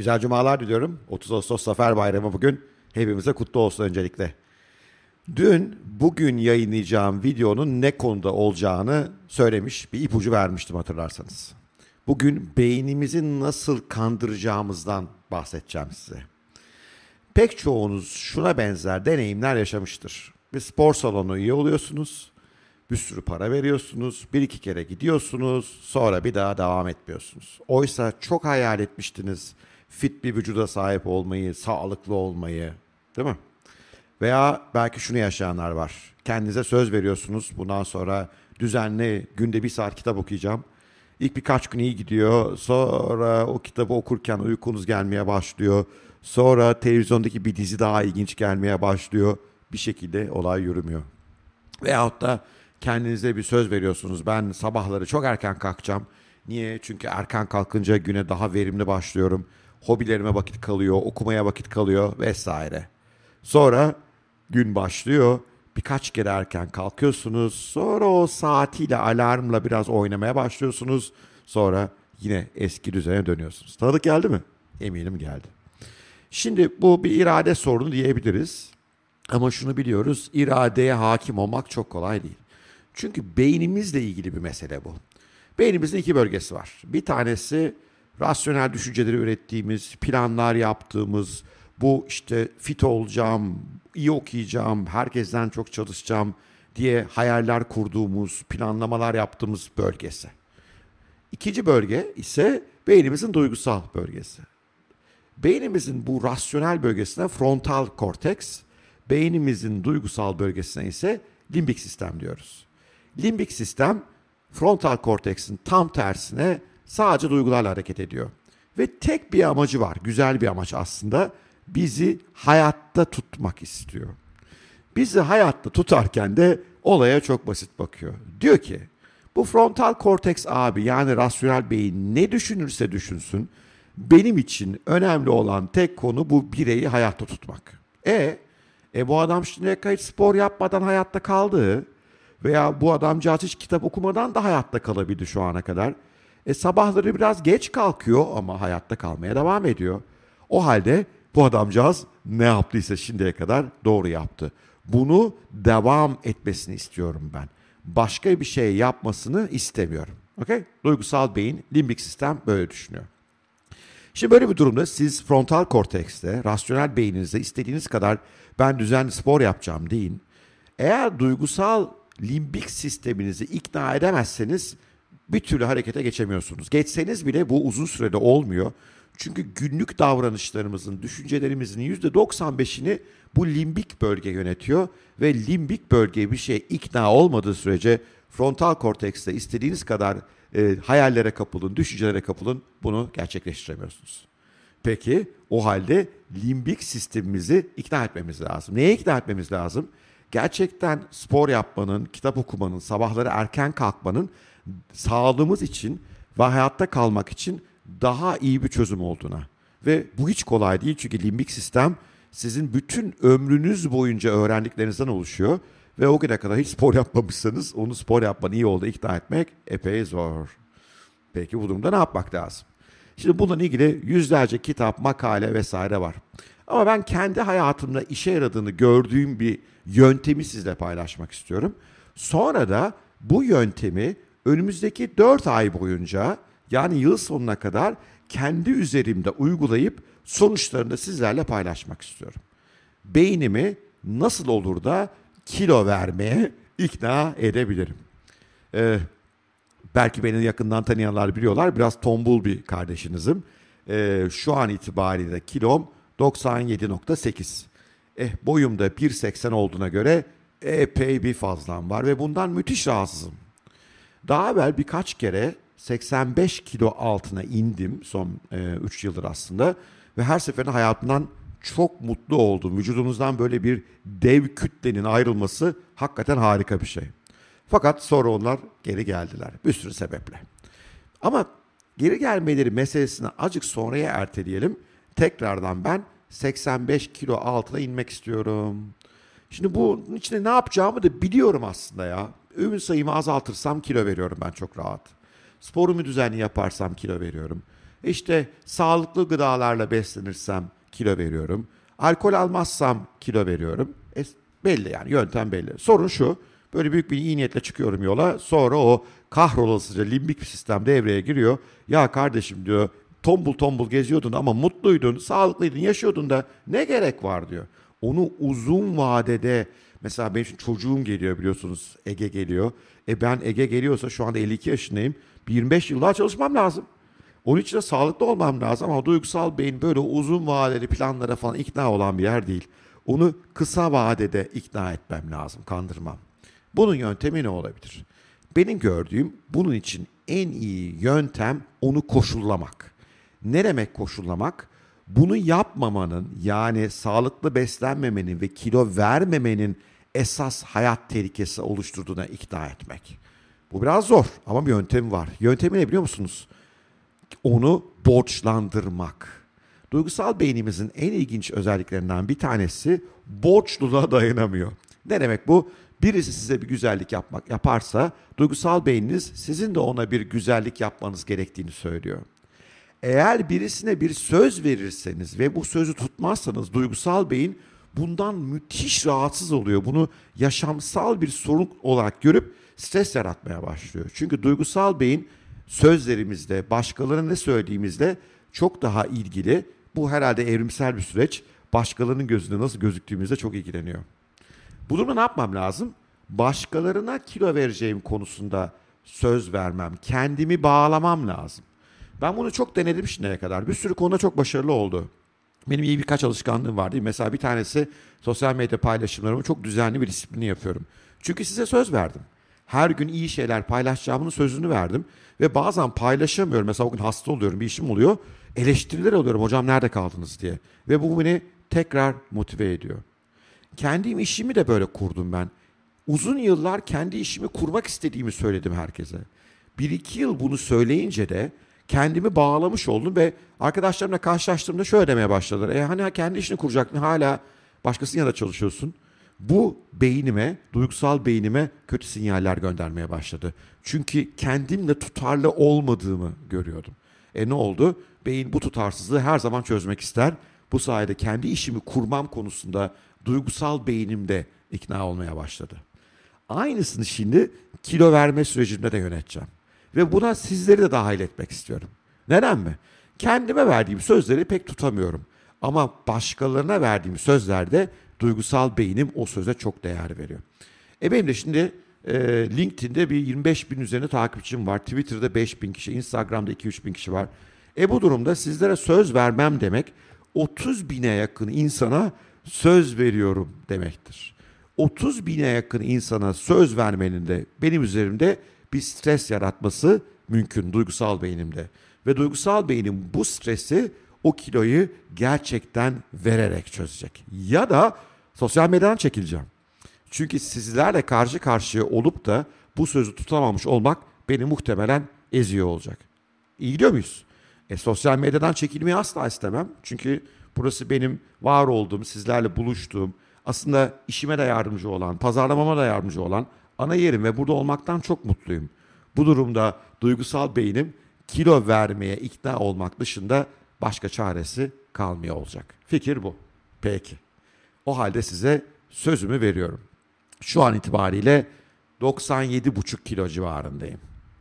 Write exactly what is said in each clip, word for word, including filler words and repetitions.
Güzel cumalar diliyorum. otuz Ağustos Zafer Bayramı bugün. Hepimize kutlu olsun öncelikle. Dün bugün yayınlayacağım videonun ne konuda olacağını söylemiş, bir ipucu vermiştim hatırlarsanız. Bugün beynimizi nasıl kandıracağımızdan bahsedeceğim size. Pek çoğunuz şuna benzer deneyimler yaşamıştır. Bir spor salonu üye oluyorsunuz, bir sürü para veriyorsunuz, bir iki kere gidiyorsunuz, sonra bir daha devam etmiyorsunuz. Oysa çok hayal etmiştiniz fit bir vücuda sahip olmayı, sağlıklı olmayı, değil mi? Veya belki şunu yaşayanlar var. Kendinize söz veriyorsunuz. Bundan sonra düzenli günde bir saat kitap okuyacağım. İlk birkaç gün iyi gidiyor. Sonra o kitabı okurken uykunuz gelmeye başlıyor. Sonra televizyondaki bir dizi daha ilginç gelmeye başlıyor. Bir şekilde olay yürümüyor. Veyahut da kendinize bir söz veriyorsunuz. Ben sabahları çok erken kalkacağım. Niye? Çünkü erken kalkınca güne daha verimli başlıyorum. Hobilerime vakit kalıyor, okumaya vakit kalıyor vesaire. Sonra gün başlıyor. Birkaç kere erken kalkıyorsunuz. Sonra o saatiyle, alarmla biraz oynamaya başlıyorsunuz. Sonra yine eski düzene dönüyorsunuz. Tanıdık geldi mi? Eminim geldi. Şimdi bu bir irade sorunu diyebiliriz. Ama şunu biliyoruz, iradeye hakim olmak çok kolay değil. Çünkü beynimizle ilgili bir mesele bu. Beynimizin iki bölgesi var. Bir tanesi rasyonel düşünceleri ürettiğimiz, planlar yaptığımız, bu işte fit olacağım, iyi okuyacağım, herkesten çok çalışacağım diye hayaller kurduğumuz, planlamalar yaptığımız bölgesi. İkinci bölge ise beynimizin duygusal bölgesi. Beynimizin bu rasyonel bölgesine frontal korteks, beynimizin duygusal bölgesine ise limbik sistem diyoruz. Limbik sistem frontal korteksin tam tersine sadece duygularla hareket ediyor. Ve tek bir amacı var, güzel bir amaç aslında. Bizi hayatta tutmak istiyor. Bizi hayatta tutarken de olaya çok basit bakıyor. Diyor ki, bu frontal korteks abi, yani rasyonel beyin ne düşünürse düşünsün, benim için önemli olan tek konu bu bireyi hayatta tutmak. E, e bu adam şimdiye kadar hiç spor yapmadan hayatta kaldı veya bu adamcağız hiç kitap okumadan da hayatta kalabildi şu ana kadar. E sabahları biraz geç kalkıyor ama hayatta kalmaya devam ediyor. O halde bu adamcağız ne yaptıysa şimdiye kadar doğru yaptı. Bunu devam etmesini istiyorum ben. Başka bir şey yapmasını istemiyorum. Okay? Duygusal beyin, limbik sistem böyle düşünüyor. Şimdi böyle bir durumda siz frontal kortekste, rasyonel beyninizde istediğiniz kadar ben düzenli spor yapacağım deyin. Eğer duygusal limbik sisteminizi ikna edemezseniz bir türlü harekete geçemiyorsunuz. Geçseniz bile bu uzun sürede olmuyor. Çünkü günlük davranışlarımızın, düşüncelerimizin yüzde doksan beşini bu limbik bölge yönetiyor. Ve limbik bölge bir şeye ikna olmadığı sürece frontal kortekste istediğiniz kadar e, hayallere kapılın, düşüncelere kapılın, bunu gerçekleştiremiyorsunuz. Peki o halde limbik sistemimizi ikna etmemiz lazım. Neye ikna etmemiz lazım? Gerçekten spor yapmanın, kitap okumanın, sabahları erken kalkmanın sağlığımız için ve hayatta kalmak için daha iyi bir çözüm olduğuna. Ve bu hiç kolay değil çünkü limbik sistem sizin bütün ömrünüz boyunca öğrendiklerinizden oluşuyor. Ve o güne kadar hiç spor yapmamışsanız onu spor yapmanın iyi olduğunu ikna etmek epey zor. Peki bu durumda ne yapmak lazım? Şimdi bununla ilgili yüzlerce kitap, makale vesaire var. Ama ben kendi hayatımda işe yaradığını gördüğüm bir yöntemi sizle paylaşmak istiyorum. Sonra da bu yöntemi önümüzdeki dört ay boyunca, yani yıl sonuna kadar kendi üzerimde uygulayıp sonuçlarını da sizlerle paylaşmak istiyorum. Beynimi nasıl olur da kilo vermeye ikna edebilirim? Ee, belki beni yakından tanıyanlar biliyorlar, biraz tombul bir kardeşinizim. Ee, şu an itibariyle kilom doksan yedi nokta sekiz. Eh, boyum da bir seksen olduğuna göre epey bir fazlam var ve bundan müthiş rahatsızım. Daha evvel birkaç kere seksen beş kilo altına indim son üç yıldır aslında ve her seferinde hayatımdan çok mutlu oldum. Vücudumuzdan böyle bir dev kütlenin ayrılması hakikaten harika bir şey. Fakat sonra onlar geri geldiler bir sürü sebeple. Ama geri gelmeleri meselesini azıcık sonraya erteleyelim. Tekrardan ben seksen beş kilo altına inmek istiyorum. Şimdi bunun içinde ne yapacağımı da biliyorum aslında ya. Öğün sayımı azaltırsam kilo veriyorum ben çok rahat. Sporumu düzenli yaparsam kilo veriyorum. İşte sağlıklı gıdalarla beslenirsem kilo veriyorum. Alkol almazsam kilo veriyorum. E, belli yani, yöntem belli. Sorun şu: böyle büyük bir iyi niyetle çıkıyorum yola. Sonra o kahrolasıca limbik bir sistem devreye giriyor. Ya kardeşim diyor, tombul tombul geziyordun ama mutluydun, sağlıklıydın, yaşıyordun da ne gerek var diyor. Onu uzun vadede, mesela benim çocuğum geliyor biliyorsunuz, Ege geliyor. E ben Ege geliyorsa şu anda elli iki yaşındayım. Bir yirmi beş yıl daha çalışmam lazım. Onun için de sağlıklı olmam lazım ama duygusal beyin böyle uzun vadeli planlara falan ikna olan bir yer değil. Onu kısa vadede ikna etmem lazım, kandırmam. Bunun yöntemi ne olabilir? Benim gördüğüm bunun için en iyi yöntem onu koşullamak. Ne demek koşullamak? Bunu yapmamanın, yani sağlıklı beslenmemenin ve kilo vermemenin esas hayat tehlikesi oluşturduğuna ikna etmek. Bu biraz zor ama bir yöntemi var. Yöntemi ne biliyor musunuz? Onu borçlandırmak. Duygusal beynimizin en ilginç özelliklerinden bir tanesi borçluluğa dayanamıyor. Ne demek bu? Birisi size bir güzellik yapmak yaparsa duygusal beyniniz sizin de ona bir güzellik yapmanız gerektiğini söylüyor. Eğer birisine bir söz verirseniz ve bu sözü tutmazsanız duygusal beyin bundan müthiş rahatsız oluyor. Bunu yaşamsal bir sorun olarak görüp stres yaratmaya başlıyor. Çünkü duygusal beyin sözlerimizle, başkalarına ne söylediğimizle çok daha ilgili. Bu herhalde evrimsel bir süreç. Başkalarının gözünde nasıl gözüktüğümüzle çok ilgileniyor. Bu durumda ne yapmam lazım? Başkalarına kilo vereceğim konusunda söz vermem, kendimi bağlamam lazım. Ben bunu çok denedim şimdiye kadar. Bir sürü konuda çok başarılı oldu. Benim iyi birkaç alışkanlığım var değil mi? Mesela bir tanesi, sosyal medya paylaşımlarımı çok düzenli bir disiplinli yapıyorum. Çünkü size söz verdim. Her gün iyi şeyler paylaşacağımın sözünü verdim. Ve bazen paylaşamıyorum. Mesela o gün hasta oluyorum, bir işim oluyor. Eleştiriler alıyorum, hocam nerede kaldınız diye. Ve bu beni tekrar motive ediyor. Kendi işimi de böyle kurdum ben. Uzun yıllar kendi işimi kurmak istediğimi söyledim herkese. Bir iki yıl bunu söyleyince de kendimi bağlamış oldum ve arkadaşlarımla karşılaştığımda şöyle demeye başladılar. E hani kendi işini kuracaktın, hala başkasının yanında çalışıyorsun. Bu beynime, duygusal beynime kötü sinyaller göndermeye başladı. Çünkü kendimle tutarlı olmadığımı görüyordum. E ne oldu? Beyin bu tutarsızlığı her zaman çözmek ister. Bu sayede kendi işimi kurmam konusunda duygusal beynim de ikna olmaya başladı. Aynısını şimdi kilo verme sürecinde de yöneteceğim. Ve buna sizleri de dahil etmek istiyorum. Neden mi? Kendime verdiğim sözleri pek tutamıyorum. Ama başkalarına verdiğim sözlerde duygusal beynim o söze çok değer veriyor. E benim de şimdi e, LinkedIn'de bir yirmi beş bin üzerinde takipçim var. Twitter'da beş bin kişi, Instagram'da iki üç bin kişi var. E bu durumda sizlere söz vermem demek otuz bine yakın insana söz veriyorum demektir. otuz bine yakın insana söz vermenin de benim üzerimde bir stres yaratması mümkün duygusal beynimde. Ve duygusal beynim bu stresi, o kiloyu gerçekten vererek çözecek. Ya da sosyal medyadan çekileceğim. Çünkü sizlerle karşı karşıya olup da bu sözü tutamamış olmak beni muhtemelen eziyor olacak. İyi gidiyor muyuz? E, sosyal medyadan çekilmeyi asla istemem. Çünkü burası benim var olduğum, sizlerle buluştuğum, aslında işime de yardımcı olan, pazarlamama da yardımcı olan ana yerim ve burada olmaktan çok mutluyum. Bu durumda duygusal beynim kilo vermeye ikna olmak dışında başka çaresi kalmıyor olacak. Fikir bu. Peki. O halde size sözümü veriyorum. Şu an itibariyle doksan yedi buçuk kilo civarındayım.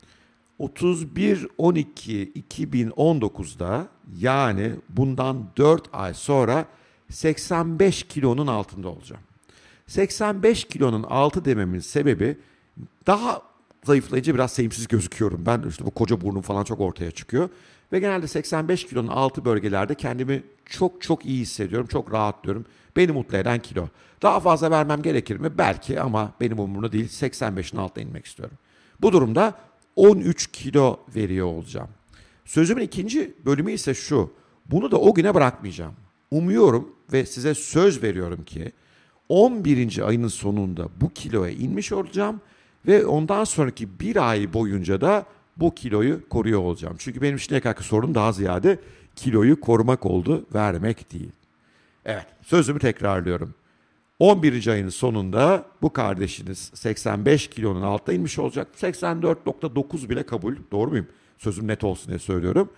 otuz bir on iki iki bin on dokuzda, yani bundan dört ay sonra seksen beş kilonun altında olacağım. seksen beş kilonun altı dememin sebebi, daha zayıflayınca biraz sevimsiz gözüküyorum. Ben işte bu koca burnum falan çok ortaya çıkıyor. Ve genelde seksen beş kilonun altı bölgelerde kendimi çok çok iyi hissediyorum. Çok rahatlıyorum. Beni mutlu eden kilo. Daha fazla vermem gerekir mi? Belki, ama benim umurumda değil. seksen beşin altına inmek istiyorum. Bu durumda on üç kilo veriyor olacağım. Sözümün ikinci bölümü ise şu: bunu da o güne bırakmayacağım. Umuyorum ve size söz veriyorum ki on birinci ayının sonunda bu kiloya inmiş olacağım ve ondan sonraki bir ay boyunca da bu kiloyu koruyor olacağım. Çünkü benim şimdiye kadarki sorunum daha ziyade kiloyu korumak oldu, vermek değil. Evet, sözümü tekrarlıyorum. on birinci ayının sonunda bu kardeşiniz seksen beş kilonun altına inmiş olacak. seksen dört nokta dokuz bile kabul. Doğru muyum? Sözüm net olsun diye söylüyorum.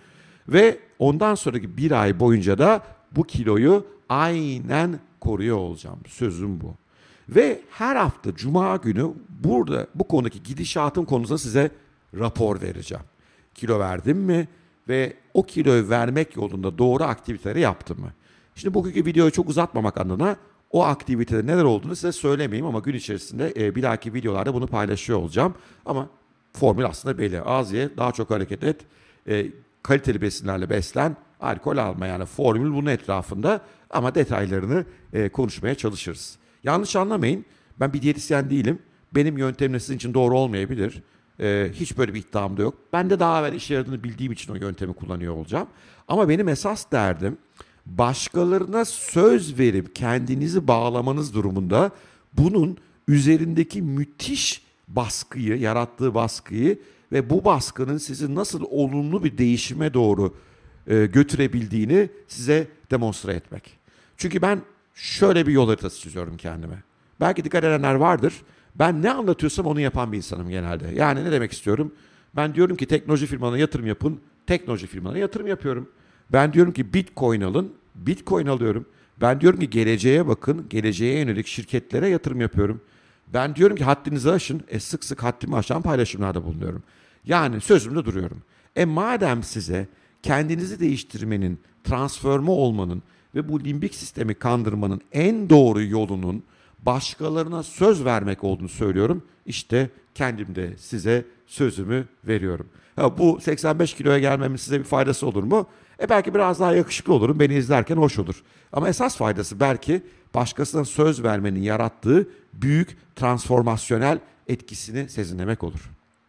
Ve ondan sonraki bir ay boyunca da bu kiloyu aynen koruyor olacağım. Sözüm bu. Ve her hafta Cuma günü burada bu konudaki gidişatım konusunda size rapor vereceğim. Kilo verdim mi ve o kiloyu vermek yolunda doğru aktiviteleri yaptım mı? Şimdi bugünkü videoyu çok uzatmamak adına o aktivitede neler olduğunu size söylemeyeyim ama gün içerisinde e, bir dahaki videolarda bunu paylaşıyor olacağım. Ama formül aslında belli. Az ye, daha çok hareket et, e, kaliteli besinlerle beslen, alkol alma, yani formül bunun etrafında ama detaylarını e, konuşmaya çalışırız. Yanlış anlamayın, ben bir diyetisyen değilim. Benim yöntemim sizin için doğru olmayabilir. Ee, hiç böyle bir iddiam da yok. Ben de daha evvel işe yaradığını bildiğim için o yöntemi kullanıyor olacağım. Ama benim esas derdim başkalarına söz verip kendinizi bağlamanız durumunda bunun üzerindeki müthiş baskıyı, yarattığı baskıyı ve bu baskının sizi nasıl olumlu bir değişime doğru e, götürebildiğini size demonstre etmek. Çünkü ben şöyle bir yol haritası çiziyorum kendime. Belki dikkat edenler vardır. Ben ne anlatıyorsam onu yapan bir insanım genelde. Yani ne demek istiyorum? Ben diyorum ki teknoloji firmalarına yatırım yapın. Teknoloji firmalarına yatırım yapıyorum. Ben diyorum ki Bitcoin alın. Bitcoin alıyorum. Ben diyorum ki geleceğe bakın. Geleceğe yönelik şirketlere yatırım yapıyorum. Ben diyorum ki haddinizi aşın. E sık sık haddimi aşan paylaşımlarda bulunuyorum. Yani sözümde duruyorum. E madem size kendinizi değiştirmenin, transforme olmanın ve bu limbik sistemi kandırmanın en doğru yolunun başkalarına söz vermek olduğunu söylüyorum. İşte kendim de size sözümü veriyorum. Ha, bu seksen beş kiloya gelmemin size bir faydası olur mu? E belki biraz daha yakışıklı olurum. Beni izlerken hoş olur. Ama esas faydası belki başkasına söz vermenin yarattığı büyük transformasyonel etkisini sezinlemek olur.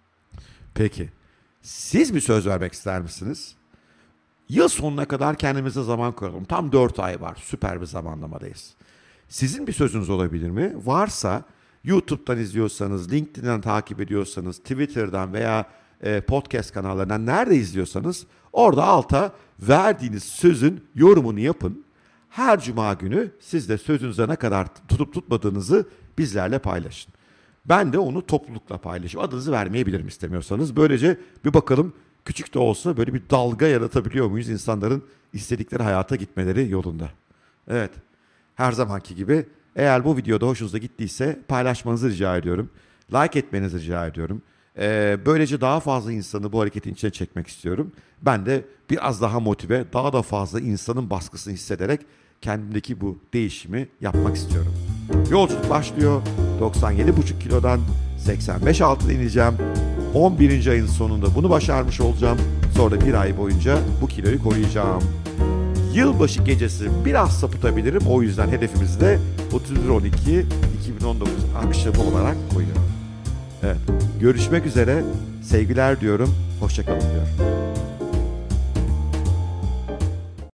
Peki, siz bir söz vermek ister misiniz? Yıl sonuna kadar kendimize zaman koyalım. Tam dört ay var. Süper bir zamanlamadayız. Sizin bir sözünüz olabilir mi? Varsa YouTube'dan izliyorsanız, LinkedIn'den takip ediyorsanız, Twitter'dan veya e, podcast kanallarından nerede izliyorsanız orada alta verdiğiniz sözün yorumunu yapın. Her cuma günü siz de sözünüze ne kadar tutup tutmadığınızı bizlerle paylaşın. Ben de onu toplulukla paylaşayım. Adınızı vermeyebilirim istemiyorsanız. Böylece bir bakalım küçük de olsa böyle bir dalga yaratabiliyor muyuz insanların istedikleri hayata gitmeleri yolunda. Evet. Her zamanki gibi eğer bu videoda hoşunuza gittiyse paylaşmanızı rica ediyorum. Like etmenizi rica ediyorum. Ee, böylece daha fazla insanı bu hareketin içine çekmek istiyorum. Ben de biraz daha motive, daha da fazla insanın baskısını hissederek kendimdeki bu değişimi yapmak istiyorum. Yolculuk başlıyor. doksan yedi buçuk kilodan seksen beş altına ineceğim. on birinci ayın sonunda bunu başarmış olacağım. Sonra bir ay boyunca bu kiloyu koruyacağım. Yılbaşı gecesi biraz sapıtabilirim. O yüzden hedefimizi de otuz bir on iki iki bin on dokuz akşamı olarak koyuyorum. Evet. Görüşmek üzere. Sevgiler diyorum. Hoşça kalın diyorum.